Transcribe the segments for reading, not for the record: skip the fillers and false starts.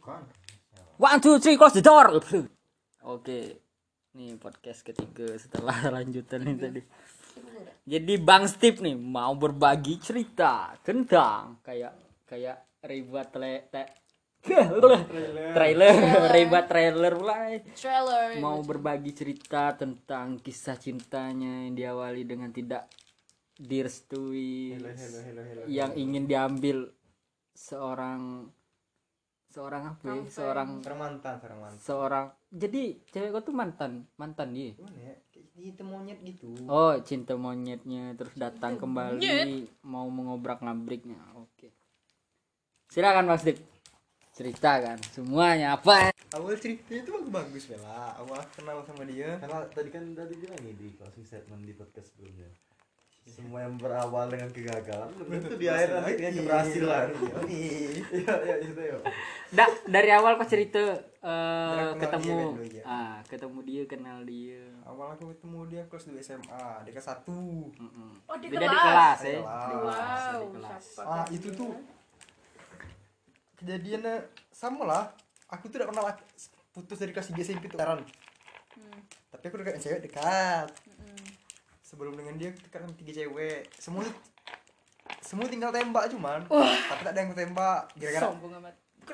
Bukan. 1, 2, 3, close the door. Oke. Nih podcast ketiga setelah lanjutan ini tadi. Jadi Bang Steve nih mau berbagi cerita tentang kayak Rebat trailer Rebat trailer mulai. Mau berbagi cerita tentang kisah cintanya yang diawali dengan tidak direstui, yang ingin diambil seorang apa ya? Seorang jadi cewek gua tuh mantan dia. Gimana ya? Kayak monyet gitu. Oh, cinta monyetnya terus datang kembali mau mengobrak-ngabriknya. Oke. Silakan Mas Dik. Ceritakan semuanya apa? Awal ceritanya itu bagus Bella. Awal kenal sama dia. Karena tadi bilang nih di closing statement di podcast sebelumnya, semua yang berawal dengan kegagalan belum tentu di akhir nanti dengan keberhasilan. Iya itu ya. Dari awal pas cerita ketemu dia, ketemu dia, kenal dia. Awal aku ketemu dia kelas 2 SMA, dia kelas 1. Oh, di Beda kelas. di kelas ya. Wow, Di kelas. Itu tuh kejadiannya sama lah. Aku tuh udah pernah putus dari kelas 3 SMP tuh pacaran. Tapi aku dekat cewek dekat. Sebelum dengan dia dekat sama 3 cewek. Semua tinggal tembak cuman. Tapi tak ada yang tembak gara-gara Sombong amat.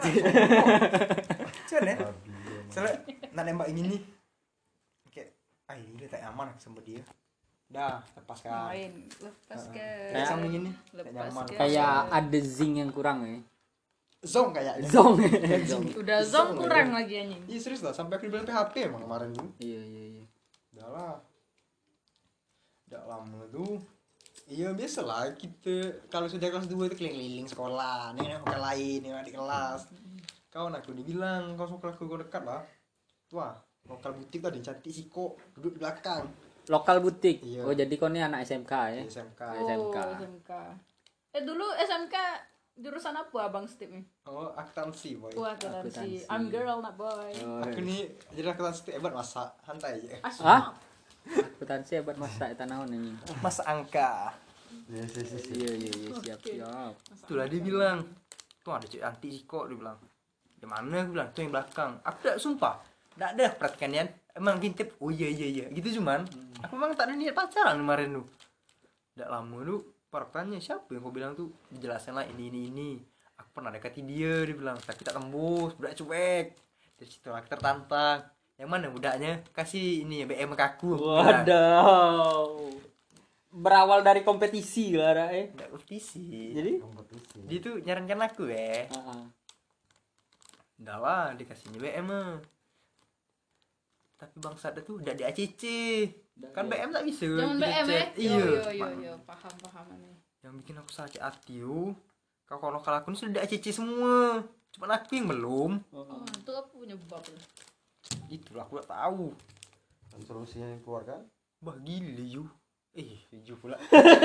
cuman ya. Soalnya nak nembak ini nih. Kayak ini udah tak aman aku sama dia. Dah, lepaskan. Main, lepaskan. Kayak sama ini tak nyaman. Kayak ada zing yang kurang ya. Zong kayaknya. Zong. Udah zong kurang lagi anjing. Iya serius lah, sampai aku dibilang PHP emang kemarin tuh. Iya. Udah lah. Udah lama tuh. Iya biasa lah kita kalau sudah kelas 2 itu keliling-keliling sekolah, nengok ke lain, nengok di kelas. Kawan aku dibilang kau sekolah aku dekat lah. Wah, lokal butik tadi cantik sih kok duduk di belakang. Lokal butik. Iya. Oh, jadi kau nih anak SMK ya. Di SMK. SMK. Oh, SMK. Dulu SMK jurusan apa Abang Steve nih? Oh, akuntansi boy. Wah, Akuntansi. akuntansi. I'm girl not boy. Oh, Aku nih jadi akuntansi hebat masak, santai aja. Hah? Akuntansi hebat masak eta naon anjing. Mas angka. Iya, siap. Itulah dia bilang. Tuh ada cewek anti sih kok dia bilang. Di mana aku bilang? Tuh yang belakang. Aku tak sumpah. Tak ada perhatikan ya. Emang ngintip. Oh iya. Gitu cuman. Aku memang tak ada niat pacaran kemarin tuh. Tak lama tuh. Pertanyaannya siapa yang kau bilang tuh? Jelasin lah ini. Aku pernah dekati dia bilang. Tapi tak tembus. Budak cuek. Dari situ aku tertantang. Yang mana budaknya? Kasih ini ya BM ke aku. Waduh. Berawal dari kompetisi lah Tidak kompetisi. Jadi? Kompetisi. Dia tuh nyarankan aku ya. Udah lah dikasihnya BM tapi bangsa ada tuh udah di ACC kan BM tak bisa Jangan BM ya? iya Paham nih. yang bikin aku sakit hati kau kalau aku ini sudah di ACC semua cuma aku yang belum. Oh, itu apa punya bab lah. Itulah aku tak tahu Dan solusinya yang keluarkan? bah gila you you pula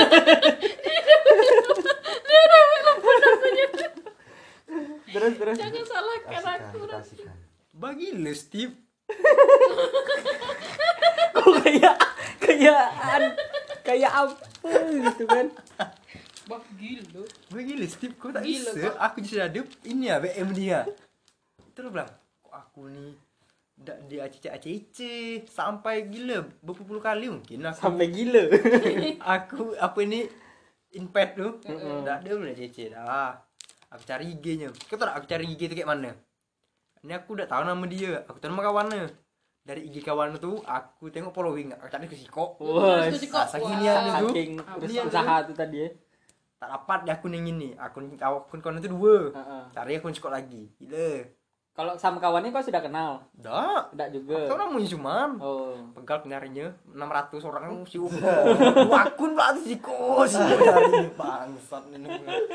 Terus. Jangan salahkan aku. Kasihkan. bah gila Steve Kok kayak apa gitu kan. Bah gila. bah gila Steve kau tak Gila, bisa kok. aku jadi ada ini ya BM dia terus bilang kok aku nih di ACC sampai gila berpuluh kali mungkin aku Sampai gila. aku apa ini invite tuh enggak ada udah ACC dah aku cari IG-nya kau tahu aku cari IG itu kayak mana ini aku udah tahu nama dia aku tahu nama kawannya dari IG kawan tuh aku tengok following aku cari ke Siko Wah, Terus kok, seginian wah. itu saking Iya, usaha tuh tadi ya. tak dapat di akun yang ini akun kawan itu 2 Heeh. cari akun Siko lagi gila Kalau sama kawannya kau sudah kenal? dah Enggak juga. tahu namanya cuman Oh. pegal nyarinya 600 orang sih akun lah tuh Siko cari bangsat ini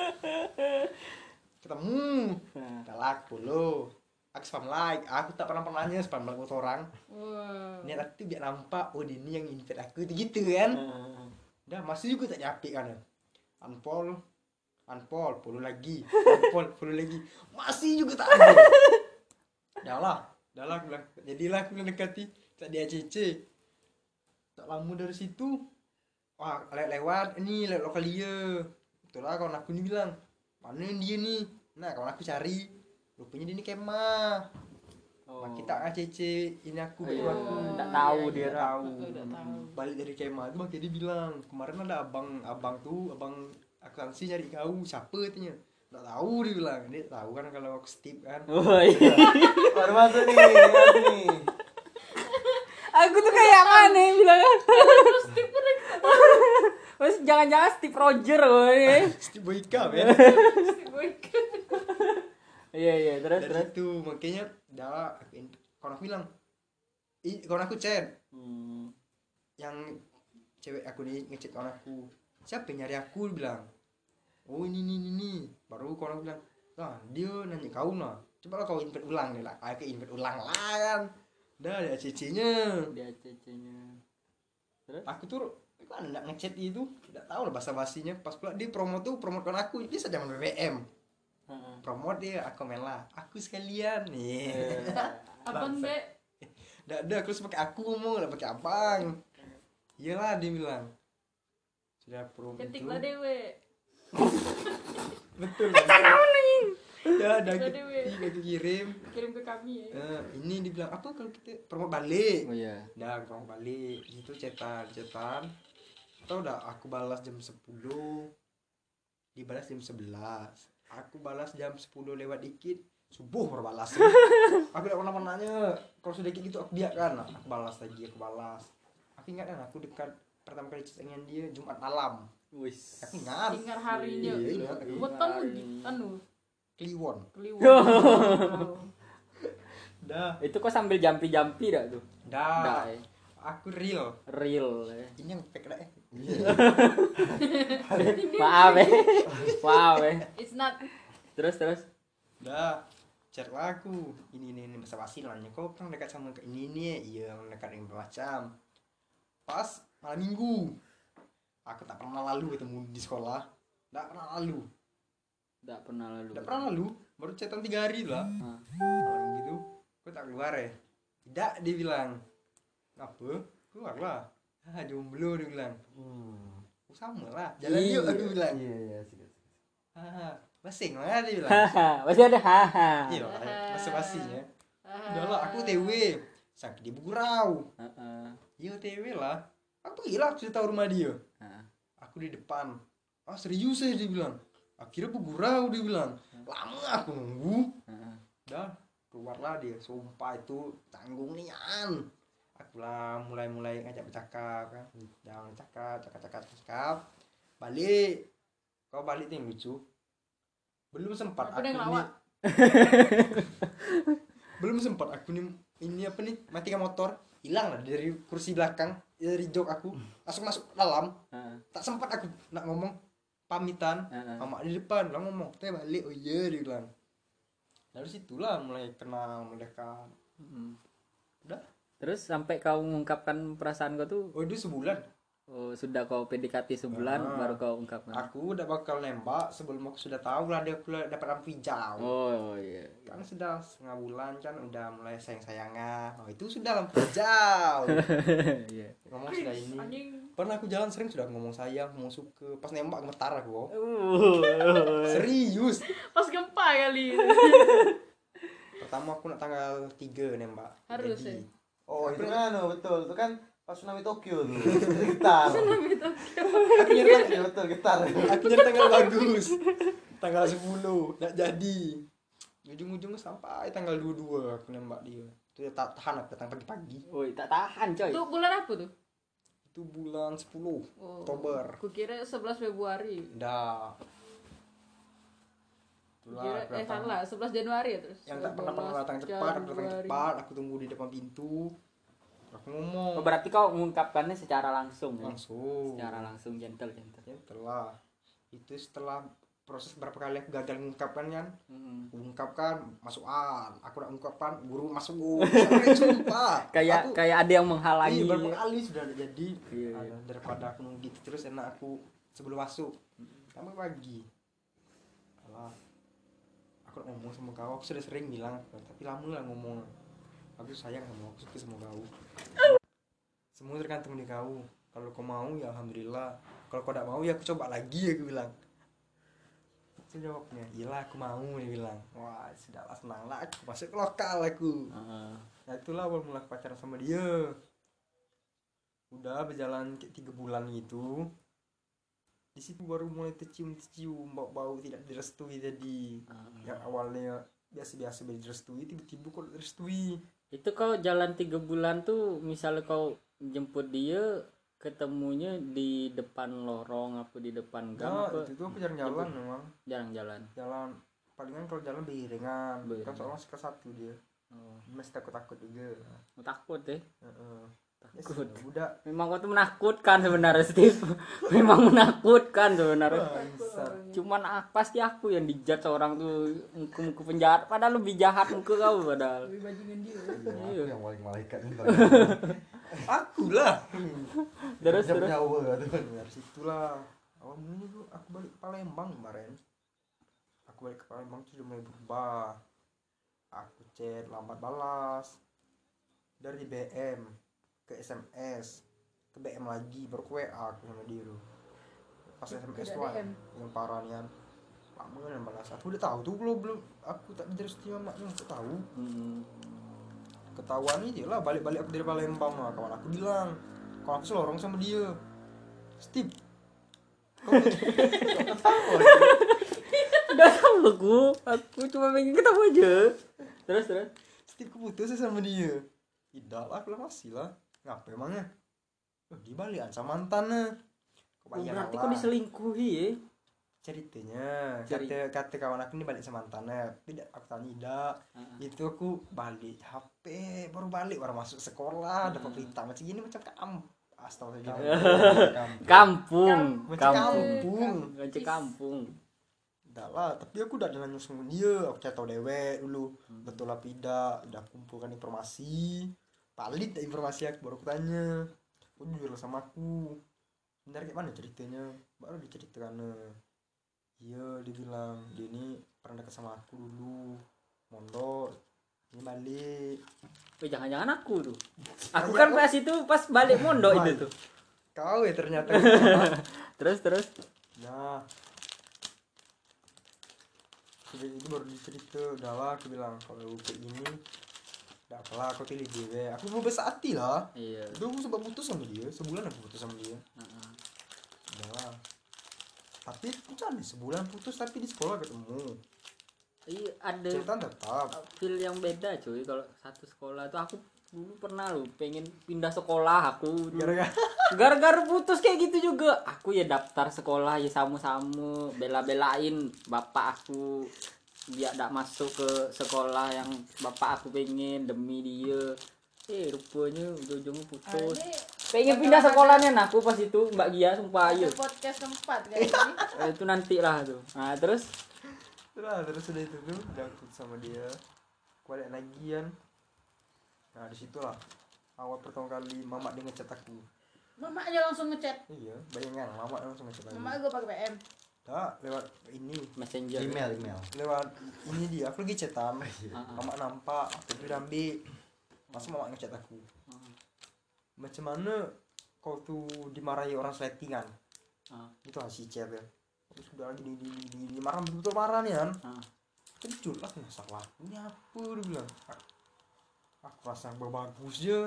ketemu tak laku lo aku spam like aku tak pernahnya spam like orang Wah. niat aku tuh biar nampak ini yang invite aku itu gitu kan udah masih juga tak nyapik kan unfollow follow lagi follow lagi masih juga tak ada dah lah aku bilang jadilah aku mendekati tak di ACC tak lama dari situ wah lewat lokal dia itulah kawan aku nih bilang mana dia nih nah kawan aku cari rupanya dia ini kemah. Oh. Kita ACC ini aku Iya. aku Nggak tahu dia, nggak Ra. tahu. Udah tahu. Balik dari kemah itu makanya dia bilang kemarin ada abang akuntansi nyari kau siapa katanya. Nggak tahu dia bilang, dia tahu kan kalau aku Steve kan. Oh iya. Baru masuk nih. Aku tuh kayak mana yang bilang. Terus jangan-jangan Steve Roger woy. Steve Boyka men. Iya terus Dari terus. itu makanya dah kawan aku bilang kawan aku chat yang cewek aku nih ngechat kawan aku, siapa yang nyari aku, dia bilang oh ini baru kawan aku bilang lah dia nanya kau nah, coba lah kau invite ulang nih lah, kayak invite ulang lah kan, dah ada CC-nya. Dia cecenya. Terus? Aku tuh kan nggak ngechat itu, nggak tahu lah bahasa basinya, pas pula dia promote kawan aku bisa zaman BBM Heeh. promote dia, aku main lah aku sekalian nih. Abang dek. Nggak ada, aku pakai aku ngomong, nggak pakai abang. Iyalah dia bilang. Sudah pro itu. Ketiklah dewe. Betul. Ya, ada aku kirim. Kirim ke kami ya. Ini dibilang apa kalau kita promote balik. Oh iya. Dah promote balik. Itu cetan. Tahu dah aku balas jam 10. Dibalas jam 11. Aku balas jam 10 lewat dikit. Subuh baru balas. Aku tidak pernah nanya. Kalau sudah kayak gitu aku biarkan. Aku balas. Aku ingat kan aku dekat pertama kali chat dengan dia Jumat malam. Wis. Aku ingat. Ingat harinya. Iya, ingat. Weton anu Kliwon. kliwon. Dah. Itu kok sambil jampi-jampi dah tuh. Dah. Dah. Aku real. Real. Ini yang fake dah. Maaf eh. It's not. Terus. Dah. Chat lah aku. Ini bahasa basi nanya kau kan dekat sama ini. Iya, dekat yang macam. Pas malam minggu. Aku tak pernah lalu ketemu di sekolah. Tak pernah lalu. Baru chatan 3 hari lah. Malam gitu. Kau tak keluar ya? Tidak, dia bilang. Apa? Keluar lah. Jomblo dia bilang. Oh, sama lah. Jalan yuk aku bilang. Iya, sih. Basing lah dia bilang. Masih ada haha. Iya lah, basa-basinya. Udah lah, aku TW. Sakit di Bugurau. Heeh. Iya TW lah. Aku pergi lah, aku sudah tahu rumah dia. Heeh. Aku di depan. Ah serius ya dia bilang. Akhirnya Bugurau dia bilang. Lama aku nunggu. Heeh. Dah keluarlah dia. Sumpah itu tanggung nian. Aku lah mulai ngajak bercakap kan. Jangan cakap. Balik. Kau balik tuh yang lucu. Belum sempat Aku udah ngelawak. Belum sempat aku nih ini apa nih matikan motor, hilang lah dari kursi belakang, dari jok aku langsung masuk dalam. Heeh. Tak sempat aku nak ngomong pamitan sama di depan lah ngomong teh balik, oh iya dia bilang. Dari situlah mulai kenal mendekat. Udah. Terus sampai kau mengungkapkan perasaan kau tuh, Oh itu sebulan. oh, sudah kau PDKT sebulan baru kau ungkapkan. Aku udah bakal nembak sebelum aku sudah tahu lah dia dapat lampu hijau. Oh iya. Kan sudah setengah bulan kan udah mulai sayang-sayangan. Oh itu sudah lampu hijau. Iya. Ngomong sudah ini. Anjing. Pernah aku jalan sering sudah ngomong sayang, ngomong suka. Pas nembak gemetar aku. Serius. Pas gempa kali. Pertama aku nak tanggal 3 nembak. Harus Jadi, Oh, itu kan betul. Itu kan pas tsunami Tokyo tuh. Getar. aku nyari Iya, betul, getar. aku nyari tanggal bagus. Tanggal 10 nak jadi. Ujung-ujungnya sampai tanggal 22 aku nembak dia. Itu tak tahan aku datang pagi-pagi. Woi, tak tahan coy. Itu bulan apa tuh? Itu bulan 10 Oktober. Aku kira 11 Februari. Dah. Itulah Kira aku datang. salah, 11 Januari ya terus. Yang tak pernah datang cepat, aku datang cepat, aku tunggu di depan pintu. Aku ngomong Oh, berarti kau mengungkapkannya secara langsung ya? langsung. Secara langsung gentle. Ya, setelah itu setelah proses berapa kali aku gagal mengungkapkan kan, aku ungkapkan masukan, aku udah ungkapkan guru masuk sampai sumpah. Kayak Aku- kayak ada yang menghalangi. Iya, berapa kali sudah ada jadi. Iya. Daripada aku nunggu gitu terus enak aku sebelum masuk. Sampai pagi. Alah. Aku udah ngomong sama kau, aku sudah sering bilang, tapi lama lah ngomong. Aku sayang sama aku suka sama kau. Semua tergantung di kau. Kalau kau mau ya alhamdulillah. Kalau kau tidak mau ya aku coba lagi, aku bilang. Itu jawabnya, iyalah aku mau, dia bilang. Wah sudahlah, senang lah aku masuk ke lokal aku. Nah itulah awal mula pacaran sama dia. Udah berjalan kayak 3 bulan gitu. Di situ baru mulai tercium bau tidak direstui tadi. Yang awalnya biasa-biasa direstui, tiba-tiba kok direstui. Itu kau jalan 3 bulan tuh, misalnya kau jemput dia, ketemunya di depan lorong apa di depan gang Nah, apa? itu tuh aku jarang jalan memang. Jarang jalan. Jalan palingan kalau jalan beriringan. Beriringan. Kan soalnya masih kelas 1 dia. Oh, Masih takut-takut juga. takut ya. Heeh. Takut. Ya, udah. Memang kau tuh menakutkan sebenarnya, Steve. Memang menakutkan sebenarnya. Bangsat. Cuman pasti aku yang dijudge orang tuh muka penjahat, padahal lebih jahat muka kau padahal. Lebih bajingan dia. Aku yang paling malaikat ini. Aku lah. Terus Jam terus. nyawa tuh. Dari situlah. Awal mulanya tuh aku balik ke Palembang kemarin. Aku balik ke Palembang tuh udah mulai berubah. Aku chat lambat balas. Dari BM ke SMS ke BM lagi baru ke WA aku sama dia tuh. Pas SMS Tidak tuh DM. yang parah nih kan. Lama kan balas. Aku udah tahu tuh belum aku tak direstui maknya aku tahu. Ketahuan aja lah balik-balik aku dari Palembang lah, kawan aku bilang kalau aku selorong sama dia. Steve kau ketawa Udah tahu aku cuma pengen ketemu aja. Terus terus. Steve keputus sama dia. Tidak lah, aku lah masih lah. Ngapa emangnya? Oh, dibalikan sama mantannya. Oh, berarti kau diselingkuhi ya? Ceritanya kata kawan aku ini balik sama mantannya. Tidak, aku tanya tidak. Itu aku balik HP, baru balik baru masuk sekolah, dapat berita macam gini macam astagfirullah. Kampung, Macam kampung, kampung. kampung. Enggak lah, tapi aku udah nanya sama dia, aku cari tahu dewek dulu. Betul apa tidak, udah kumpulkan informasi. Valid informasi aku baru aku tanya. Aku jujur sama aku. Bentar kayak mana ceritanya? Baru diceritakan. Iya, dia bilang, dia ini pernah dekat sama aku dulu. Mondok. Ini balik. Jangan-jangan aku tuh. Aku kan pas itu pas balik mondok itu tuh. Kau ya ternyata. Terus terus. Nah. Itu baru dicerita, udahlah aku bilang kalau kayak gini udah apalah aku pilih dia. Aku mau besar hati lah. Iya. Itu aku sempat putus sama dia, sebulan aku putus sama dia. Udahlah. Tapi cari sebulan putus tapi di sekolah ketemu. Iya, ada Cetan tetap. feel yang beda cuy kalau satu sekolah tuh. Aku dulu pernah loh pengen pindah sekolah aku dulu. Gara-gara putus kayak gitu juga. Aku ya daftar sekolah ya sama-sama bela-belain bapak aku biar tidak masuk ke sekolah yang bapak aku pengen demi dia. Rupanya ujung-ujungnya putus. Pengen pindah sekolahnya nah aku pas itu Mbak Gia sumpah ayo. Ada podcast keempat kayak gini. Itu nanti lah tuh. Nah, terus Terus udah itu tuh udah putus sama dia. Balik lagi kan. Nah disitulah awal pertama kali mama dia ngechat aku. Mama aja langsung ngechat. Iya, bayangan mama langsung ngechat aku. Mama gue pakai PM. Dah lewat ini, Messenger. Email. lewat ini dia. Aku lagi chatan. Mama nampak, aku udah ambil. Masa mama ngechat aku. Macam mana kau tuh dimarahi orang settingan? Itu hasil chat ya. Terus udah lagi di marah betul marah nih kan. Kecut lah masalah aku ini apa dia bilang. Aku rasa bagus ya.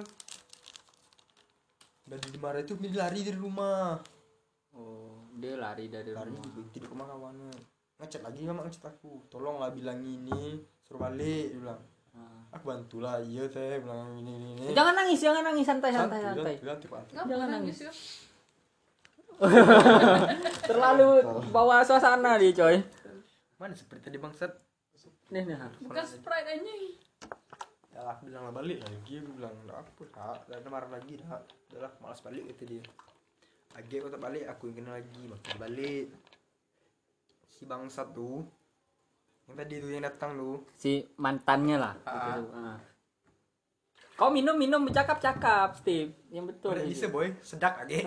Dan dimarahi itu dia lari dari rumah. Oh, dia lari dari Lari rumah. di rumah kawannya. Ngechat lagi mama ngechat aku. Tolonglah bilang ini, suruh balik dia bilang. Aku bantulah, iya teh bilang ini. Jangan nangis, santai. Jangan nangis ya. Terlalu bawa suasana dia, coy. Mana seperti tadi bangsat. Nih. Bukan Sprite anjing. Ya aku bilang lah balik lagi, aku bilang enggak apa, enggak marah lagi dah. Udahlah malas balik kata dia. Lagi aku tak balik, aku ingin lagi makin balik. Si bangsat tuh yang tadi tuh yang datang tuh. Si mantannya lah gitu. Kau minum bercakap-cakap, Steve. Yang betul. Udah itu. bisa boy, sedak lagi.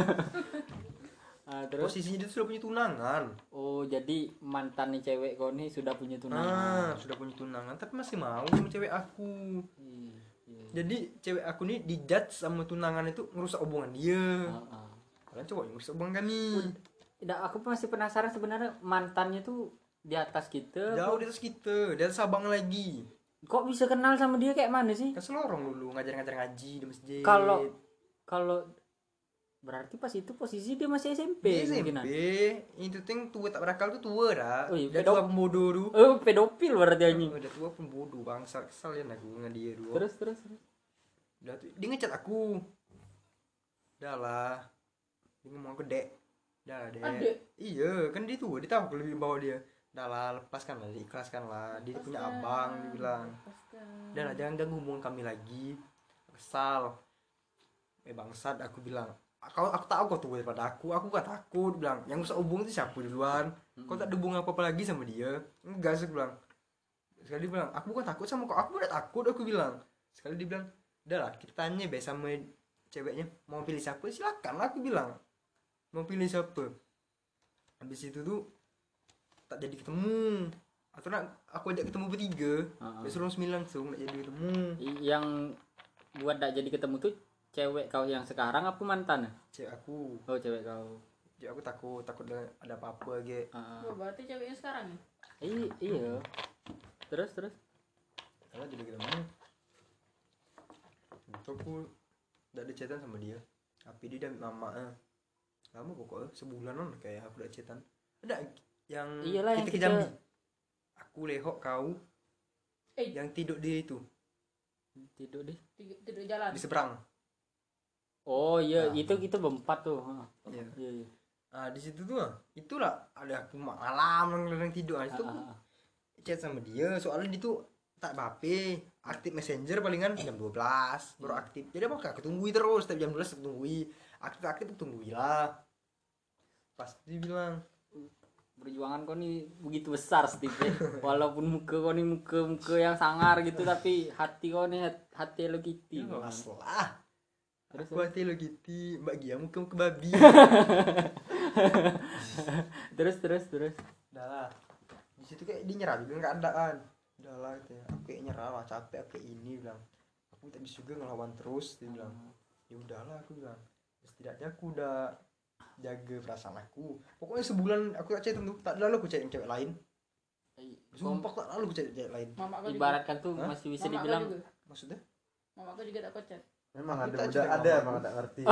Terus Posisinya dia sudah punya tunangan. oh, jadi mantannya cewek kau nih sudah punya tunangan. Sudah punya tunangan tapi masih mau sama cewek aku. Iya. Jadi cewek aku nih dijudge sama tunangan itu ngerusak hubungan dia. Kalian coba yang ngerusak hubungan kami. Tidak, aku masih penasaran sebenarnya mantannya tuh di atas kita. Jauh di atas kita, di atas Sabang lagi. Kok bisa kenal sama dia kayak mana sih? Kan selorong dulu ngajar-ngajar ngaji di masjid. Kalau berarti pas itu posisi dia masih SMP Di SMP, kemungkinan. itu ting tua tak berakal tuh tua dah. Oh iya, Dia tua pembodoh dulu. Oh, pedofil berarti anjing. Udah tua pembodoh bangsa, kesal ya aku dengan dia dulu. Terus. Udah tuh dia ngecat aku. Udah lah. Dia ngomong ke Dek. Dah, Dek. Adek? Iya, kan dia tua, dia tahu aku lebih bawah dia. Udah lah, lepaskan lah, ikhlaskan lah. Dia punya abang, dia bilang. Udah lah, jangan ganggu hubungan kami lagi. Kesal. Bangsat, aku bilang. Aku tahu kau tua daripada aku gak takut, bilang. Yang usah hubung itu siapa duluan? Kau tak ada hubungan apa-apa lagi sama dia? Enggak, saya bilang. Sekali dia bilang, aku bukan takut sama kau, aku udah takut, aku bilang. Sekali dia bilang, udah lah, kita tanya be sama ceweknya, mau pilih siapa? Silakan lah, aku bilang. Mau pilih siapa? Habis itu tuh tak jadi ketemu. Atau nak aku ajak ketemu bertiga. Dia suruh 9 langsung nak jadi ketemu. Yang buat tak jadi ketemu tuh cewek kau yang sekarang apa mantan? Cewek aku. Oh, cewek kau. Cewek aku takut ada apa-apa gitu. Oh, berarti ceweknya sekarang ya? Iya. Terus. Karena jadi ketemu. Itu aku udah ada chatan sama dia. Tapi dia udah mama. Lama pokoknya sebulanan kayak aku udah chatan. Ada yang Iyalah, kita yang ke Jambi. Aku lehok kau yang tidur di itu Tidur deh. Tidur jalan. di seberang. Oh iya, Nah. itu berempat tuh. Iya. Iya. Nah di situ tuh itulah ada aku malam yang tidur. Nah, itu aku chat sama dia soalnya dia tuh tak bape aktif messenger palingan jam 12 baru aktif. Jadi apa aku tunggui terus setiap jam 12 aku tunggui. Aktif aku tunggui lah. Pasti bilang Perjuangan kau nih begitu besar Steve. Walaupun muka kau nih muka yang sangar gitu, tapi hati kau nih hati Hello Kitty. jelas lah. Terus, Aku hati lo gitu, Mbak Gia muka babi. terus. Udah lah. Di situ kayak dia nyerah juga keadaan. Udah lah gitu ya. Aku kayak nyerah lah, capek aku kayak ini bilang. Aku tak bisa juga ngelawan terus dia bilang. Ya udahlah aku bilang. Setidaknya aku udah jaga perasaan aku. Pokoknya sebulan aku tak chat tuh, tak lalu aku chat cewek lain. Sumpah tak lalu aku chat cewek lain. Mama aku juga. Ibaratkan tuh Hah? masih bisa Mama aku dibilang juga. Maksudnya? Mama aku juga tak kocet. Memang Kita ada cerita ada sama emang aku. tak ngerti.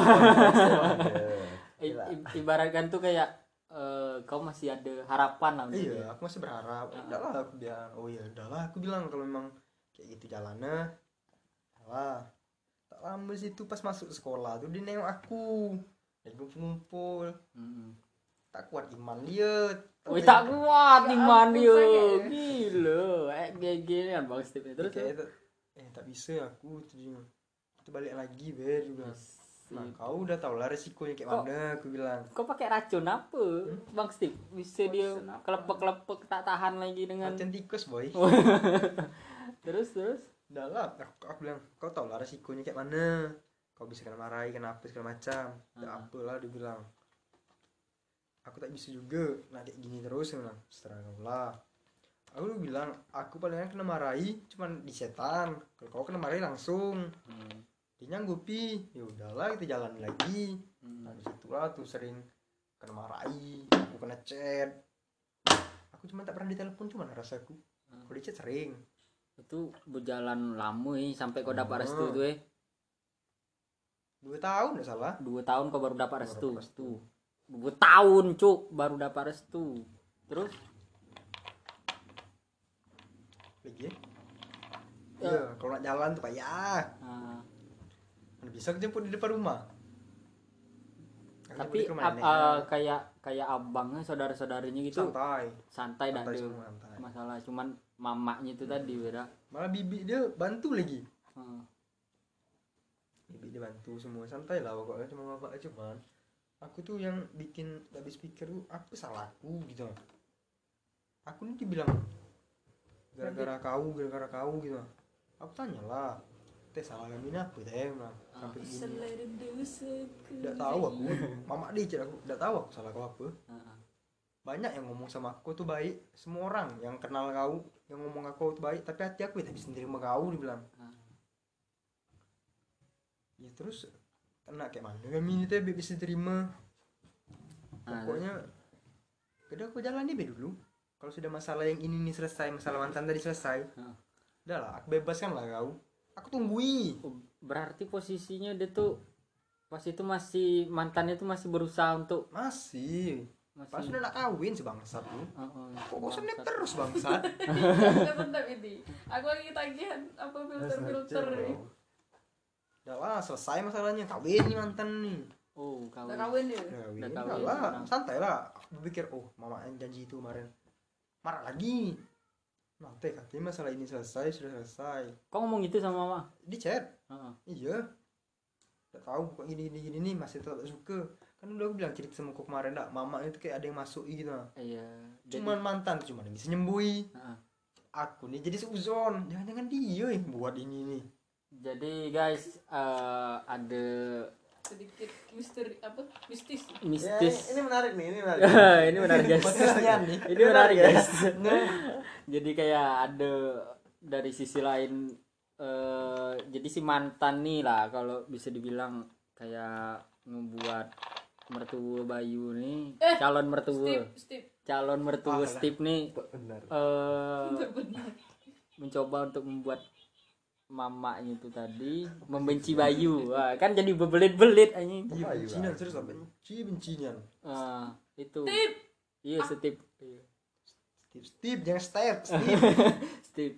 ibaratkan tuh kayak kau masih ada harapan lah. Iya, aku masih berharap. Udahlah aku bilang. Oh iya, udahlah aku bilang kalau memang kayak gitu jalannya. Lah. Tak lama situ pas masuk sekolah tuh dia nengok aku. Dan ngumpul. Tak kuat iman dia. Wih, tak kuat Ya iman ampun, dia. saya. Gila, gini kan Bang Steve. Terus Kayak tak bisa aku tuh. Kita balik lagi be dia bilang. Nah, kau udah tau lah resikonya kayak Kok- mana aku bilang. kau pakai racun apa, Bang Steve? Bisa dia Racun apa? kelepek-kelepek tak tahan lagi dengan. Racun tikus boy. Terus. Udah lah, aku bilang, kau tau lah resikonya kayak mana. Kau bisa kena marahi, kena apa segala macam. Ya apalah dia bilang. Aku tak bisa juga, nah kayak gini terus dia bilang. Seterah kau lah. Aku bilang, aku palingan kena marahi cuman di setan. Kalau kau kena marahi langsung. Dia nyanggupi, ya udahlah kita jalan lagi. Nah disitulah tuh sering kena marahi, aku kena chat. Aku cuma tak pernah ditelepon cuman rasaku. Kalau di chat sering. Itu berjalan lama sampai kau dapat restu tuh 2 tahun enggak salah. 2 tahun kau baru dapat restu. dapat restu. 2 tahun cuk baru dapat restu. Terus Lagi ya? Iya, kalau nak jalan tuh payah. nah, Mana bisa aku jemput di depan rumah. Aku tapi jemput di rumah neneknya. kayak abangnya saudara-saudaranya gitu santai. santai dah Santai ada semua, santai. masalah, cuman mamanya itu tadi beda. Malah bibi dia bantu lagi. Hmm. Bibi dia bantu semua, santai lah pokoknya cuma bapak cuman. Aku tuh yang bikin gak habis pikir tuh apa salahku gitu. Aku nih dibilang gara-gara kau gitu. Aku tanya lah, teh salah kami apa teh bilang. Sampai gini. Tidak tahu aku. Mama dia cakap aku, tidak tahu aku salah kau apa. Banyak yang ngomong sama aku tuh baik, semua orang yang kenal kau yang ngomong aku tuh baik, tapi hati aku tak bisa nerima kau dibilang. Ya terus kena kayak mana kami ini teh bisa terima. Pokoknya udah aku jalan nih be dulu. kalau sudah masalah yang ini nih selesai, masalah mantan tadi selesai, udah lah aku bebaskan lah kau, aku tunggui. Oh, berarti posisinya dia tuh pas itu masih mantannya tuh masih berusaha untuk Masih pas masih sudah nak kawin si bangsat tuh, kok bosan bangsat. terus bangsat. Bentar ini. Aku lagi tagihan apa filter nih. Udah lah selesai masalahnya, kawin nih mantan nih. Oh, Udah kawin. kawin dia. Kawin, Udah udah kawin, lah, sekarang. santai lah. Aku berpikir, oh mama yang janji itu kemarin, marah lagi. Nanti katanya masalah ini selesai, sudah selesai. Kau ngomong gitu sama mama? Di chat, Heeh. iya. Udah tahu kok gini nih, masih tetap suka. Kan udah aku bilang cerita sama kau kemarin, dak mama itu kayak ada yang masuk gitu. Iya. Cuman mantan, cuman yang bisa nyembui. Heeh. Aku nih jadi seuzon, jangan-jangan dia yang buat ini nih. Jadi guys, ada Sedikit misteri apa? Mistis. Ya, mistis. ini menarik nih, ini menarik. Ini menarik guys. Podcastnya nih. Ini menarik guys. Jadi kayak ada dari sisi lain, jadi si mantan nih lah kalau bisa dibilang kayak ngebuat mertua Bayu nih, calon mertua, calon mertua Steve nih Benar. Benar. mencoba untuk membuat mamanya itu tadi membenci Bayu. Wah, kan jadi bebelit-belit anjing. Iya, Bayu, bencinan Bang. terus apa? Bencinan. Itu. Steve. Iya, Steve. Iya. Steve, jangan Steve. Steve.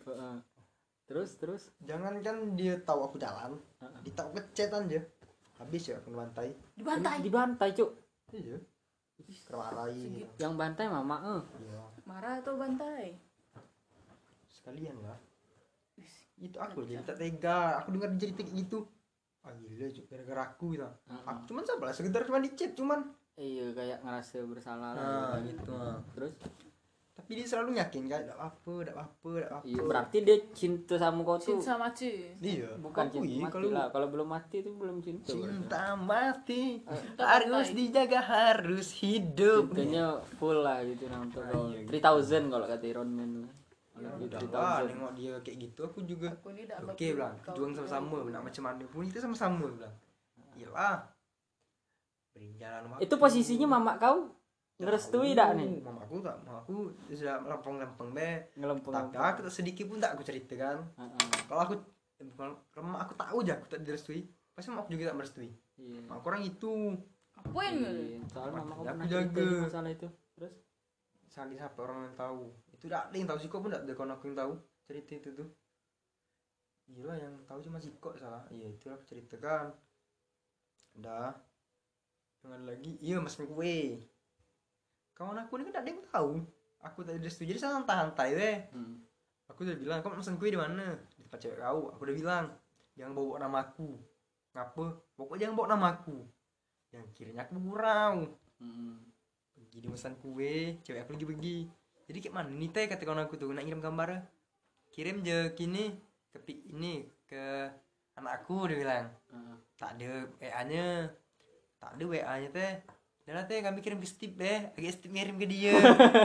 Terus Jangan kan dia tahu aku jalan, dia tahu ngechat aja. Habis ya aku bantai. dibantai, Cuk. Iya. Kermarahin. Yang bantai mama. Iya. Marah atau bantai? Sekalian lah. Itu aku jadi tak tega. Aku dengar dia cerita kayak gitu. Ah gila, Cuk, gara-gara aku gitu. Aku cuman sabar, sekedar cuma di chat cuman. Iya, kayak ngerasa bersalah Nah, lah gitu. Terus Tapi dia selalu yakin kan, enggak apa-apa. iya, berarti dia cinta sama kau tuh. Cinta mati. Iya, Bukan akui cinta mati kalau lah. Kalau belum mati itu belum cinta. berarti. cinta mati bantai. harus dijaga, harus hidup. Cintanya full lah gitu nah untuk kau. 3000 kalau kata Iron Man. Udah lah, nengok dia kayak gitu aku juga. Aku ini dah Oke bilang, juang sama-sama, nak macam mana pun kita sama-sama bilang. Iyalah. Berjalan waktu. Itu posisinya mama kau ngerestui dak nih? Mamaku sudah lempeng-lempeng be. Ngelempeng. Tapi aku tak sedikit pun tak aku ceritakan. Kalau aku kalau aku tahu aja aku tak direstui, pasti mamaku juga tak merestui. Iya. Mamaku orang itu Apain? Iya, soalnya mama kau Aku pernah jaga. cerita di masalah itu. Terus sakit siapa orang yang tahu. Itu tak ada yang tahu, Siko pun tak ada, kawan aku yang tahu cerita itu tuh. Gila, yang tahu cuma Siko salah. Iya, itu aku ceritakan. Udah. Jangan lagi. Iya, mas kue. Kawan aku ini kan tak ada yang tahu. Aku tak setuju, jadi santai-santai weh. Aku udah bilang, kamu pesan kue di mana? Di tempat cewek kau. Aku udah bilang, jangan bawa nama aku. Ngapa? Pokoknya jangan bawa nama aku. Yang kirinya aku gurau. Pergi di pesan kue, cewek aku lagi pergi. Jadi kayak mana nih teh, kata kawan aku tuh, nak ngirim gambar. Kirim je kini ke ini ke anak aku, dia bilang. Tak ada WA-nya. Tak ada WA-nya teh. Dan teh kami kirim ke Steve deh, agak Steve ngirim ke dia.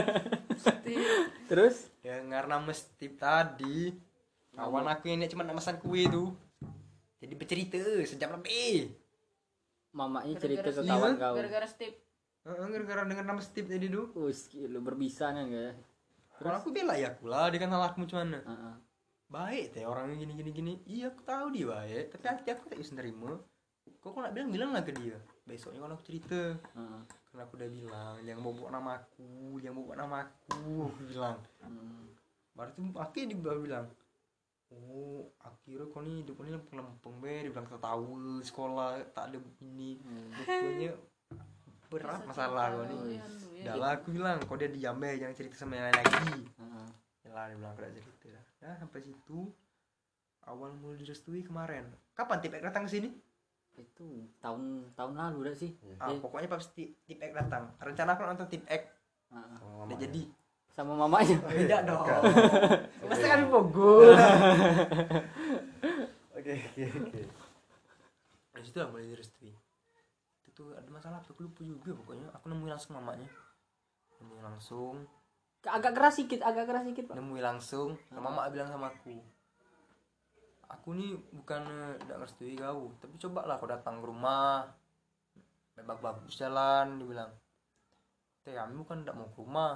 terus Dengar nama Steve tadi, kawan aku ini cuma nama pesan kue tuh. Jadi bercerita sejam lebih. mamanya cerita ke Iya, kawan kau. Gara-gara Steve. Gara-gara dengar nama Steve tadi tuh. Wis, lu berbisa nih enggak ya? Kalau aku bela ya aku lah, dia kan salahku macam mana. Heeh. Baik teh orangnya gini. Iya aku tahu dia baik, tapi hati aku tak bisa nerima. Kok aku nak bilang lah ke dia. Besoknya kalau aku cerita, Heeh. karena aku udah bilang jangan bawa nama aku, aku bilang. Baru tuh akhirnya dia bilang, oh akhirnya kau nih hidup ini lempeng-lempeng be, dia bilang tak tahu sekolah tak ada ini, rupanya berat masalah kau nih. Udah lah aku bilang, kau dia diam be, jangan cerita sama yang lain lagi. Heeh. Yalah dia bilang tidak cerita dah. Nah sampai situ awal mulai direstui kemarin. Kapan Tipek datang ke sini? Itu tahun lalu udah sih. Pokoknya pas Tipek datang. Rencana aku nonton Tipek. Heeh. Udah jadi. Sama mamanya. Tidak dong. Pasti kami fokus. Oke. Dari situ lah mulai direstui. Itu tuh ada masalah apa? Aku lupa juga pokoknya. Aku nemuin langsung mamanya. Nemuin langsung. Agak keras sedikit, Pak. Nemuin langsung. Mama bilang sama aku. Aku nih bukan tidak ngerestui kau, tapi coba lah kau datang ke rumah. Bagus jalan, dia bilang. Teh kami bukan tidak mau ke rumah.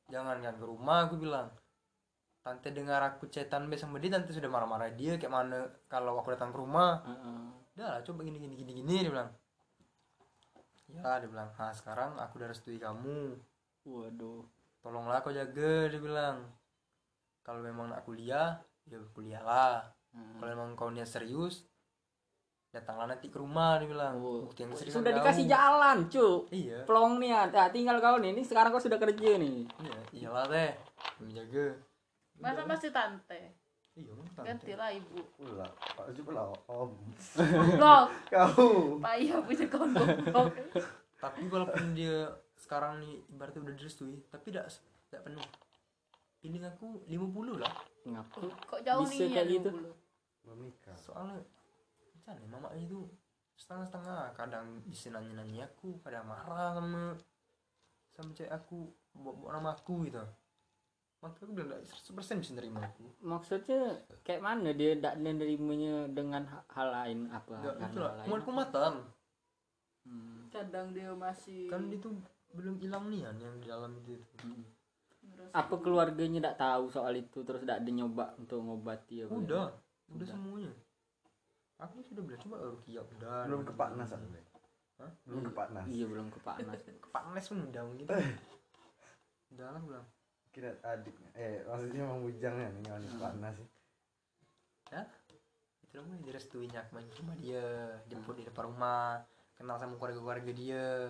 jangan kan ke rumah, aku bilang. Tante dengar aku chatan sama dia, tante sudah marah-marah dia kayak mana kalau aku datang ke rumah. Udah lah, coba gini dia bilang. Ya, dia bilang, "Ah, sekarang aku udah restui kamu. Waduh. Tolonglah kau jaga," dia bilang. "Kalau memang nak kuliah, ya kuliahlah. Kalau memang kau niat serius, datanglah nanti ke rumah," dia bilang. Bukti yang serius Sudah dikasih jalan, Cuk. Iya. Plong nih, tinggal kau nih. Ini sekarang kau sudah kerja nih. Iya, iyalah teh. Menjaga. Masa masih tante? Iya, tante. Gantilah ibu. Pula, Pak Jumlah Om. Loh, Kau. Pak Iya punya kawan goblok. Tapi walaupun dia sekarang nih ibaratnya udah direstui, tapi tidak penuh. Feeling aku 50 lah. Ngapa? Kok jauh Bisa nih kayak ya gitu? dulu? Belum nikah. Soalnya macam mana mamanya itu setengah-setengah, kadang bisa nanya aku, kadang marah sama cewek aku, bawa nama aku gitu. Makanya aku bilang 100% bisa nerima aku. Maksudnya kayak mana dia tidak menerimanya dengan hal lain apa? Enggak Karena itu lah, hal lain. kumatan. Kadang dia masih Kan itu belum hilang nih yang di dalam itu. ngerasa Apa keluarganya tidak tahu soal itu terus tidak ada nyoba untuk ngobati apa? Udah semuanya. Aku sudah bilang coba Rukia udah. Belum ke Pak Nas aku. Hah? Belum ke Pak Nas. Iya belum ke Pak Nas. Ke Pak Nes pun udah gitu. Udah lah bilang. Kira adiknya. Maksudnya Mang Bujangnya nih yang Pak Nas sih. Ya itu namanya direstuinya aku main ke rumah dia, jemput di depan rumah, kenal sama keluarga dia.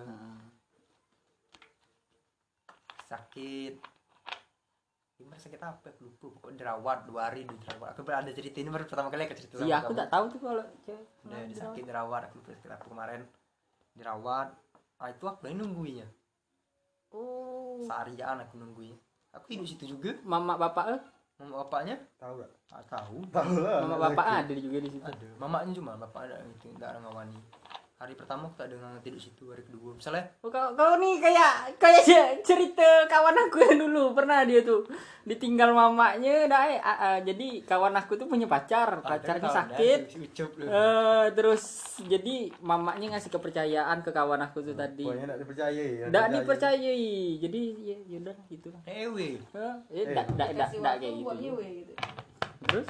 Sakit gimana, sakit apa aku lupa, pokoknya dirawat 2 hari dirawat. Aku ada cerita ini baru pertama kali aku cerita sama Iya aku kamu. tak tahu tuh kalau cewek. Udah disakit dirawat, aku lupa sakit apa kemarin dirawat. Itu aku lagi nungguinnya Oh. seharian, aku nungguin. Aku tidur situ juga. Mama bapak Mama bapaknya Tahu gak? tahu Tahu lah. mama bapak ada juga di situ. ada, mamanya cuma bapak ada itu nggak ada ngawani. Hari pertama aku tak ada tidur situ, hari kedua misalnya Oh, kau nih kayak cerita kawan aku yang dulu pernah dia tuh ditinggal mamanya jadi kawan aku tuh punya pacarnya sakit. si Ucup lu. Terus jadi mamanya ngasih kepercayaan ke kawan aku tuh tadi. Pokoknya enggak dipercayai. Nggak dipercayai. Jadi ya udah gitu lah. Ewe Nggak kasih kayak waktu buat gitu. Iwe gitu. Terus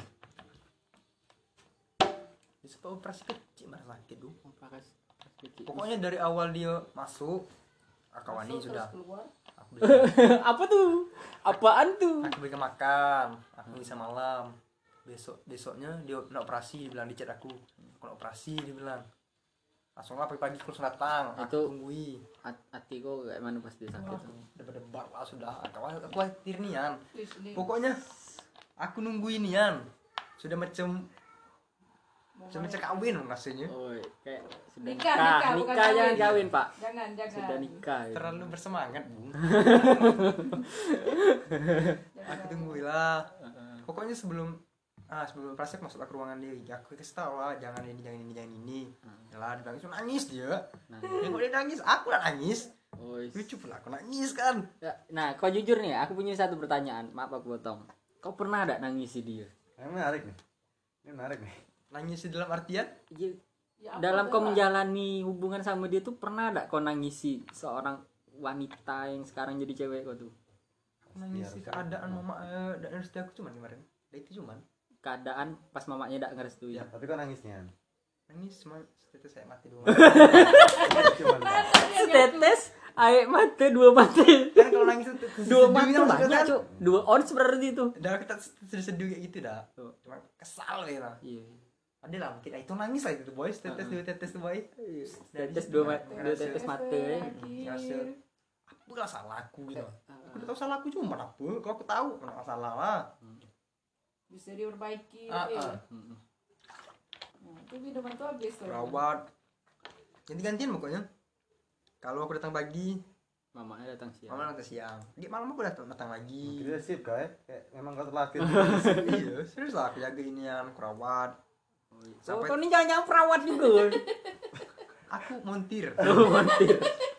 disebut operasi kecil malah sakit tuh. Pokoknya Pokoknya dari awal dia masuk Akawani Masuk, sudah terus keluar. aku beli, apa tuh? Apaan tuh? aku beli makan, aku bisa malam. Besoknya dia nak operasi, dia bilang di chat aku nak operasi, dia bilang langsung lah pagi-pagi aku langsung datang, aku Itu- tungguin. Hati kok kayak mana pas dia sakit tuh? Debat lah sudah, aku khawatir nian. Terus ini Pokoknya aku nungguin nian. Sudah macam kawin maksudnya. Oh, kayak sudah Nikah, bukan jangan kawin. kawin, Pak. jangan. Sudah nikah. Ya. Terlalu bersemangat, Bung. Aku tungguin lah. Pokoknya sebelum operasi aku masuk ke ruangan dia, aku kasih tahu lah jangan ini. Yalah, dia nangis, nangis dia. Ya kok dia nangis, aku lah nangis. Oh, Lucu pula aku nangis kan. nah, kau jujur nih, aku punya satu pertanyaan. Maaf aku potong. Kau pernah ada nangisi dia? Ini menarik nih. Ini menarik nih. Nangis di dalam artian Iya. Ya, apa Dalam tuh, kau Pak? menjalani hubungan sama dia tuh pernah ada kau nangisi seorang wanita yang sekarang jadi cewek kau tuh? aku nangis di keadaan mama dan restu aku cuman kemarin. Itu cuman Keadaan pas mamanya tidak ngerestui. Ya. Tapi kok nangisnya? nangis cuma setetes saya mati dulu. Cuman Setetes air mata 2 mata. Kan kalau nangis itu 2 mata sedih maksudnya banyak, kan. Cuk. 2 ons berarti itu. Udah kita sedih kayak gitu dah. Cuma kesal ya lah. Iya. Ada lah mungkin itu nangis lah itu boy, tetes 2 tetes tuh boy. Tetes 2 tetes mata ya. Ngerasa aku gak salah aku gitu. Aku udah tahu salah aku cuma apa? Kalau aku tahu nggak salah lah. Bisa diperbaiki. Ah, iya. ah. Nah, itu minuman tuh habis tuh. Perawat. Ganti-gantian pokoknya. Kalau aku datang pagi, Mamanya datang siang. mama datang siang. Di malam aku datang lagi. kita sip kayak memang kau terlatih. Iya, serius lah aku jaga inian, aku rawat. Oh, kau ini jangan perawat juga. Aku montir. Oh, montir.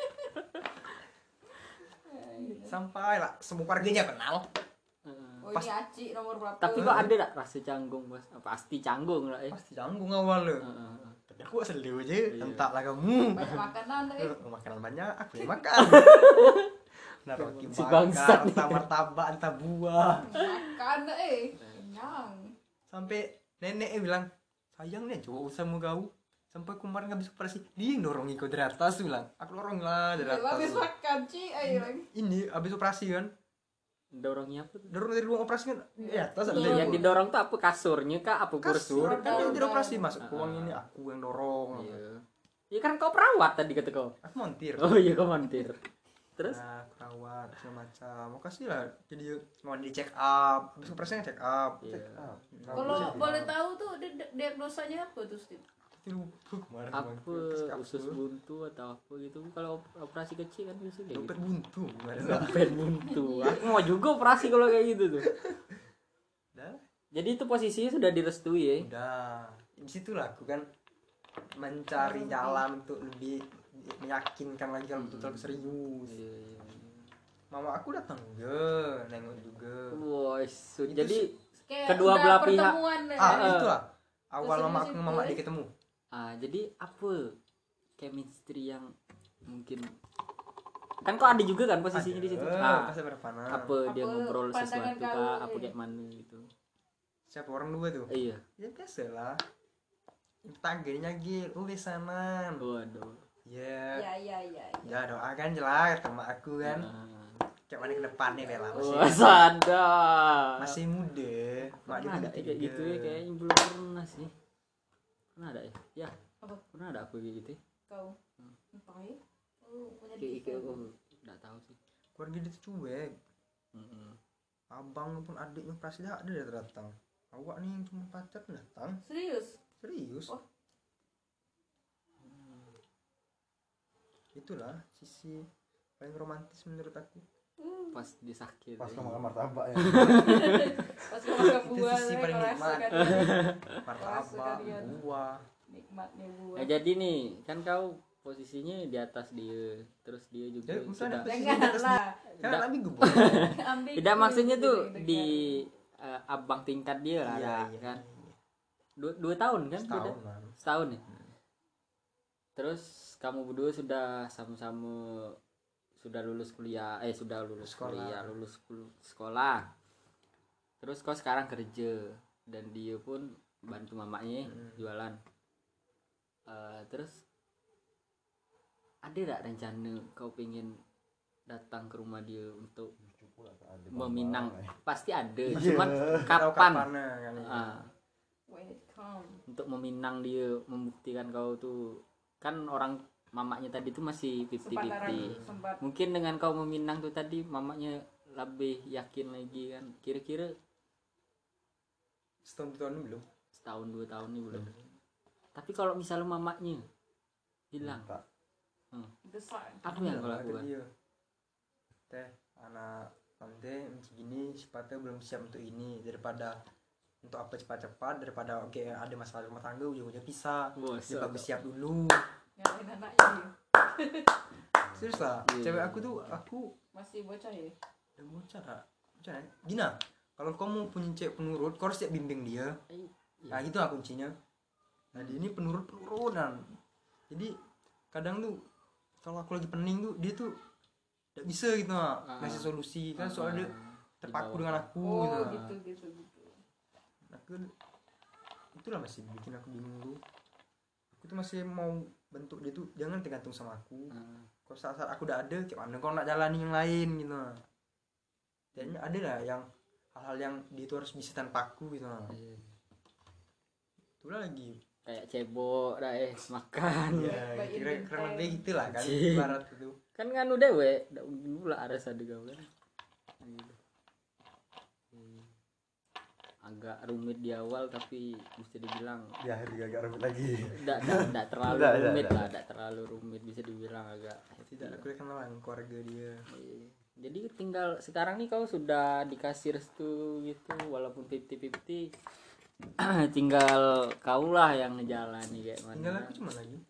Sampai lah semua keluarganya kenal. Oh, ini Aci nomor berapa? Tapi kok ada tak rasa canggung, Bos? Pasti canggung lah ya. Pasti canggung awal lo. Tapi aku sedih aja, entahlah kamu. Banyak makanan deh. Makanan banyak, aku yang makan. Roti Si bangsat bakar, nih. entah martabak, entah buah. Makan kenyang. Sampai neneknya bilang, sayang nih coba usaha mau kau. Sampai kemarin habis operasi, dia yang dorong ikut dari atas bilang. Aku dorong lah dari atas. Habis makan ayo lagi. Ini habis operasi kan, Dorongnya apa tuh? dorong dari ruang operasi kan, atas ada Yang didorong tuh apa, kasurnya kah, apa kursi? kasur. Kan yang Roda. tidak operasi masuk ke uang ini aku yang dorong. Iya. Ya kan kau perawat tadi kata kau. Aku montir. Oh iya kau montir. Terus? Nah, perawat segala macam. Makasih lah. Jadi mau di check up, habis operasinya check up. Iya. Kalau boleh tahu tuh diagnosanya apa tuh, Steve? Tapi lupa kemarin. Apa usus buntu atau apa gitu? Kalau operasi kecil kan biasanya kayak Dompet gitu. buntu kemarin. Dompet buntu. Aku mau juga operasi kalau kayak gitu tuh. Udah, Jadi itu posisinya sudah direstui ya. udah. Di situlah aku kan mencari jalan untuk lebih meyakinkan lagi kalau betul-betul aku serius. Iya, iya. Mama aku datang juga, nengok juga. Wah, Itu jadi Kayak Kedua udah belah pihak. pertemuan, Itu lah. Awal Terus mama di aku situ, sama mama dia ketemu. jadi apa chemistry yang mungkin kan kok ada juga kan posisinya di situ. Pas berapa Apa dia Apa ngobrol pandangan sesuatu kau, kah, apa iya. kayak mana gitu. Siapa orang dua tuh? Iya. Ya biasa lah. Tangganya gil, besanan. Waduh. Ya. ya. Ya doakan jelas sama aku kan. Kayak mana ke depannya Bella masih Wah, sadar. masih muda. Mak dia Pernah ada putih kayak juga. gitu ya, kayaknya belum pernah sih. Pernah ada ya? Ya. Apa? Pernah ada aku kayak gitu. Ya? Kau. Entah ya. Punya Kayak enggak tahu sih. Keluarga dia tuh cuek. Heeh. Abang pun adiknya pasti ada dia datang. Awak nih yang cuma pacar datang. Serius? Serius. Oh. Itulah sisi paling romantis menurut aku. Pas disakit. Pas ya. kamu makan martabak ya. Pas kau makan Itu buah, sisi paling nikmat. merasakan Martabak, sekalian. buah. nikmatnya buah. Nah, jadi nih, kan kau posisinya di atas dia, terus dia juga Ya, misalnya sudah. posisi- Janganlah. Kan Nggak. tapi gue Ambil Tidak dulu, maksudnya tuh dengar. di abang tingkat dia lah, iya, ada, iya, kan? iya. 2 tahun kan? Setahun beda? man. Setahun ya. Terus kamu berdua sudah sama-sama sudah lulus kuliah, sudah lulus Sekolah. kuliah, sekolah. Terus kau sekarang kerja dan dia pun bantu mamanya jualan. Terus ada gak rencana kau pengen datang ke rumah dia untuk meminang? Pasti ada, cuman Tahu kapan? kapannya kan ini. When it come. Untuk meminang dia, membuktikan kau tuh kan orang mamanya tadi tuh masih 50-50. Sempat Mungkin dengan kau meminang tuh tadi mamanya lebih yakin lagi kan. Kira-kira Setahun ini belum. setahun 2 tahun nih belum. Tapi kalau misalnya mamanya hilang, Tak. besar. apa yang kau Lah, itu lakukan? dia. Teh, anak tante macam gini sifatnya belum siap untuk ini daripada untuk apa cepat-cepat daripada oke ada masalah rumah tangga ujung-ujungnya pisah. Wah, Dia bagus siap dulu. Nyalain anaknya dia. Serius lah, Iya. cewek aku tuh aku Masih bocah ya. udah bocah tak? Bocah ya? Gina, kalau kamu punya cewek penurut, kau harus siap bimbing dia. Nah gitu lah kuncinya. Nah dia ini penurunan. Jadi kadang tuh kalau aku lagi pening tuh dia tuh tidak bisa gitu ngasih solusi kan soalnya dia terpaku dengan aku Oh, gitu. gitu. Aku itulah masih bikin aku bingung tuh. Aku tuh masih mau bentuk dia tuh jangan tergantung sama aku. Kalau saat aku udah ada kayak mana kau nak jalani yang lain gitu. Kayaknya ada lah yang hal-hal yang dia tuh harus bisa tanpa aku gitu. Itulah lagi. Kayak cebok dah makan. Ya, Baik kira kurang lebih gitu lah kan Cing. ibarat itu. Kan udah we, dulu lah harus ada gaul kan. Gitu. Agak rumit di awal tapi bisa dibilang Di akhir juga agak ribet lagi. tidak terlalu Udah, rumit udah. lah, tidak terlalu rumit, bisa dibilang agak Tidak aku kenal lah keluarga dia. Jadi tinggal sekarang nih kau sudah dikasih restu gitu walaupun 50-50 tinggal kau lah yang ngejalani kayak mana. Tinggal aku cuma lagi.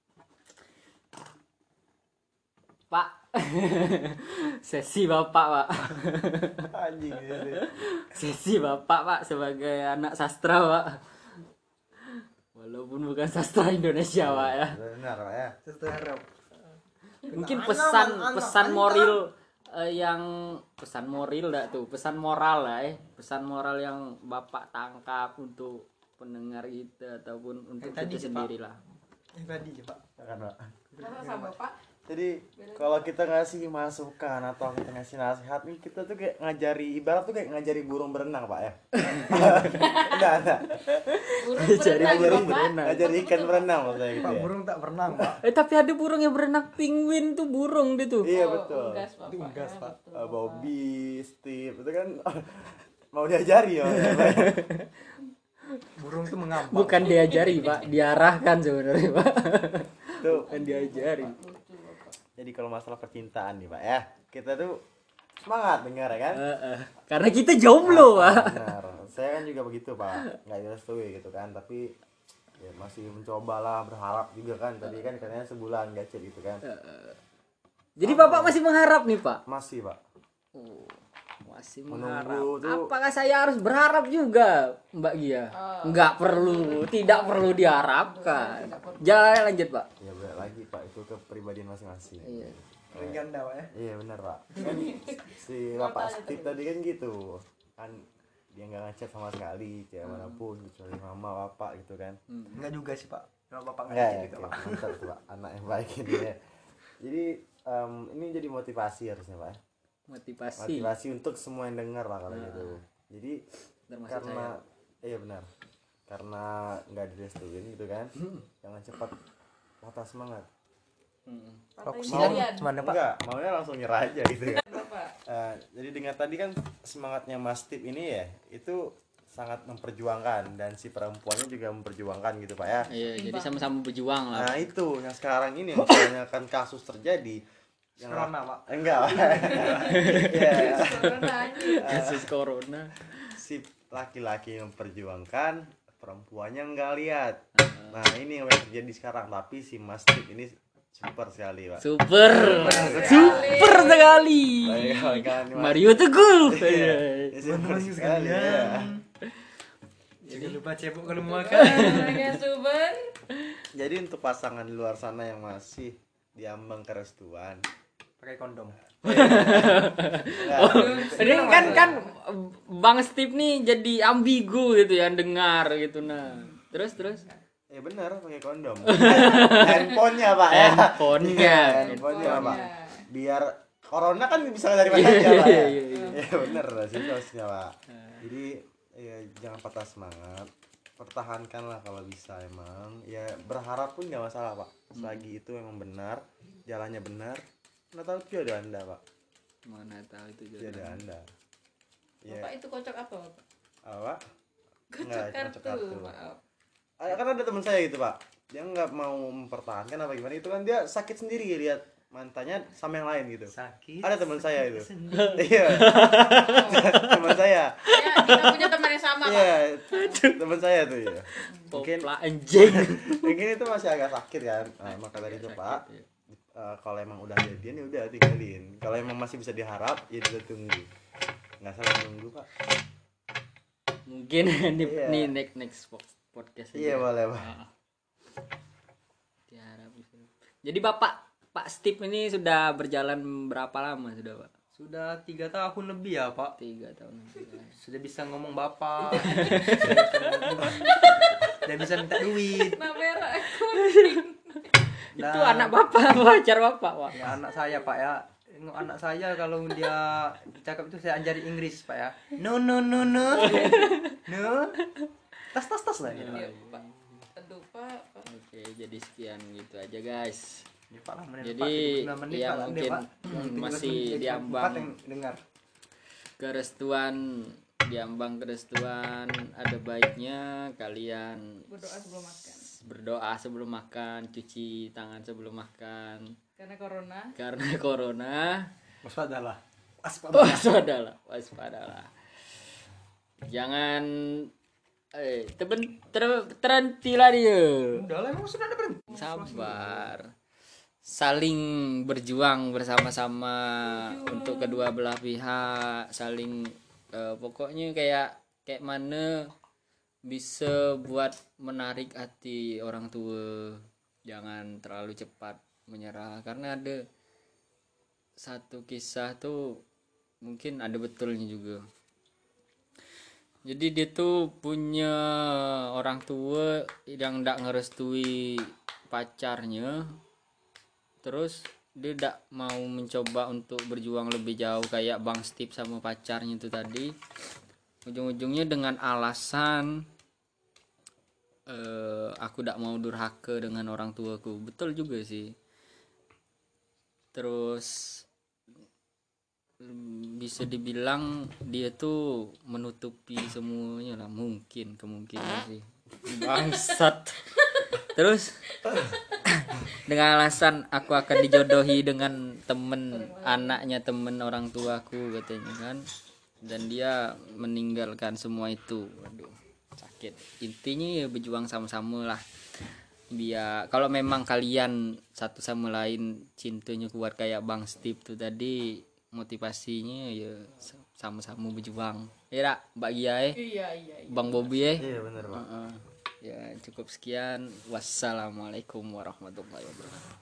Pak. Sesi bapak, Pak. Anjing ini. Sesi bapak, Pak, sebagai anak sastra, Pak. Walaupun bukan sastra Indonesia, Pak ya. Benar Pak ya. Setelah harap. Mungkin Anak, pesan anak, pesan anak. moral yang pesan moral lah tuh, pesan moral lah pesan moral yang Bapak tangkap untuk pendengar kita ataupun untuk tadi, kita Pak. sendiri lah. Yang tadi Pak. Kan, Pak. Sama Pak. Jadi kalau kita ngasih masukan atau kita ngasih nasihat nih, kita tuh kayak ngajari, ibarat tuh kayak ngajari burung berenang Pak ya. Enggak. Burung Jadi berenang, burung Bapak. berenang. Ngajari ikan berenang maksudnya gitu Pak, ya. burung tak berenang Pak. Tapi ada burung yang berenang, penguin tuh burung dia tuh. Iya Oh, betul. unggas, Bapak. Itu unggas, Ya, Pak. betul, Bapak. Bobby, Steve itu kan mau diajari ya. Burung tuh mengambang. Bukan diajari Pak, diarahkan sebenarnya Pak. Tuh. Bukan diajari. Lucu, Bapak. Jadi kalau masalah percintaan nih Pak ya, kita tuh semangat dengar ya kan. Karena kita jomblo Pak. Benar. Saya kan juga begitu Pak, nggak direstui gitu kan, tapi ya masih mencoba lah, berharap juga kan. Tadi kan katanya sebulan gacet gitu kan. Jadi Bapak masih mengharap nih Pak. Masih Pak. Oh, masih Menunggu mengharap. tuh. Apakah saya harus berharap juga, Mbak Gia? Enggak perlu, tidak perlu diharapkan. Jalan lanjut, Pak. Ya balik lagi Pak, itu kepribadian masing-masing. Iya. Ganda Pak ya. Iya benar Pak. Kan si Bapak Steve tadi kan gitu kan, dia nggak ngechat sama sekali cewek manapun kecuali mama bapak gitu kan. Enggak juga sih Pak. Kalau Bapak Enggak ngajak ya, gitu oke, Pak. mantap tuh Pak, anak yang baik ini ya. Jadi ini jadi motivasi harusnya Pak. Motivasi. Motivasi untuk semua yang dengar lah kalau gitu. Jadi Termasuk karena iya benar, karena nggak direstuin gitu kan, jangan cepat patah semangat. Patahin Mau sekalian, cuman Pak. Enggak, maunya langsung nyerah aja gitu kan. Bapak. Jadi dengan tadi kan semangatnya Mas Tip ini ya, itu sangat memperjuangkan, dan si perempuannya juga memperjuangkan gitu Pak ya. Iya, jadi sama-sama berjuang lah. Nah itu yang sekarang ini misalnya kan kasus terjadi yang Corona Pak. enggak ya, Corona anjing. Kasus corona. si laki-laki yang memperjuangkan, perempuannya enggak lihat. Nah ini yang terjadi sekarang, tapi si Mas Tip ini super sekali Pak. Super. Super sekali. Baik, kan, Mas. Mario Teguh. Iya, super Bagus sekali ya. Jangan lupa cebok kalau mau makan. Orangnya super. Jadi untuk pasangan di luar sana yang masih diambang kerestuan, Pakai kondom. Ini kan Bang Steve nih jadi ambigu gitu ya, dengar gitu nah. Terus ya benar pakai kondom. Handphonenya Pak ya. handphonenya. Handphonenya Pak. Handphonenya. Biar corona kan bisa dari mana aja Pak ya. Iya. Ya benar sih harusnya Pak. Jadi ya jangan patah semangat. Pertahankanlah kalau bisa emang. Ya berharap pun nggak masalah Pak. Selagi itu emang benar, jalannya benar. Mana tahu jodoh Anda Pak. Mana tahu itu Jodoh Anda. Ya, Bapak itu kocok apa, Bapak? apa? Kocok Nggak, kartu. kocok kartu. Maaf. Kan ada teman saya gitu Pak, dia nggak mau mempertahankan apa gimana, itu kan dia sakit sendiri lihat mantannya sama yang lain gitu. Sakit. Ada teman saya itu. Iya. Teman saya. Ya, kita punya teman yang sama, Pak. Iya. Teman saya tuh ya. Mungkin Popla anjing. mungkin itu masih agak sakit kan. Nah, maka dari itu Pak, kalau emang udah jadian ya udah tinggalin. Kalau emang masih bisa diharap ya kita tunggu. Nggak salah nunggu Pak. Mungkin Iya. nih next podcast Iya boleh Pak. Diharap bisa. Jadi Pak Steve ini sudah berjalan berapa lama sudah Pak? Sudah 3 tahun lebih ya Pak. 3 tahun lebih. Sudah bisa ngomong bapak. Sudah bisa minta duit. Nah, merah aku. Itu anak Bapak, pacar Bapak Pak. Ya anak saya Pak ya. Anak saya kalau dia cakap itu saya ajari Inggris Pak ya. No. No. Tas lah gitu. Iya, Pak. Aduh, Pak. Oke, jadi sekian gitu aja guys. Ya, Pak lah, menit, Jadi, Pak, 39 menit, ya Pak, lah, mungkin, deh, Pak. Yang 17 masih menit, jadi diambang. 4 yang dengar. Kerestuan diambang kerestuan, ada baiknya kalian Berdoa sebelum makan. berdoa sebelum makan, cuci tangan sebelum makan Karena corona. karena corona. Waspadalah. Waspadalah. Jangan terhenti lah dia. Udah lah emang sudah ada berhenti. Sabar. Saling berjuang bersama-sama untuk kedua belah pihak, saling pokoknya kayak mana bisa buat menarik hati orang tua. Jangan terlalu cepat menyerah karena ada satu kisah tuh mungkin ada betulnya juga. Jadi dia tuh punya orang tua yang ndak ngerestui pacarnya, terus dia ndak mau mencoba untuk berjuang lebih jauh kayak Bang Steve sama pacarnya itu tadi. Ujung-ujungnya dengan alasan aku ndak mau durhaka dengan orang tuaku. Betul juga sih. Terus bisa dibilang dia tuh menutupi semuanya lah, mungkin kemungkinan sih bangsat. Terus dengan alasan aku akan dijodohi dengan temen anaknya temen orang tuaku katanya kan, dan dia meninggalkan semua itu. Waduh, sakit. Intinya ya berjuang sama-sama lah, biar kalau memang kalian satu sama lain cintanya kuat kayak Bang Steve tuh tadi, motivasinya ya sama-sama berjuang ya dak Mbak Gia Iya. Bang Bobby Iya benar Pak. ya cukup sekian, wassalamualaikum warahmatullahi wabarakatuh.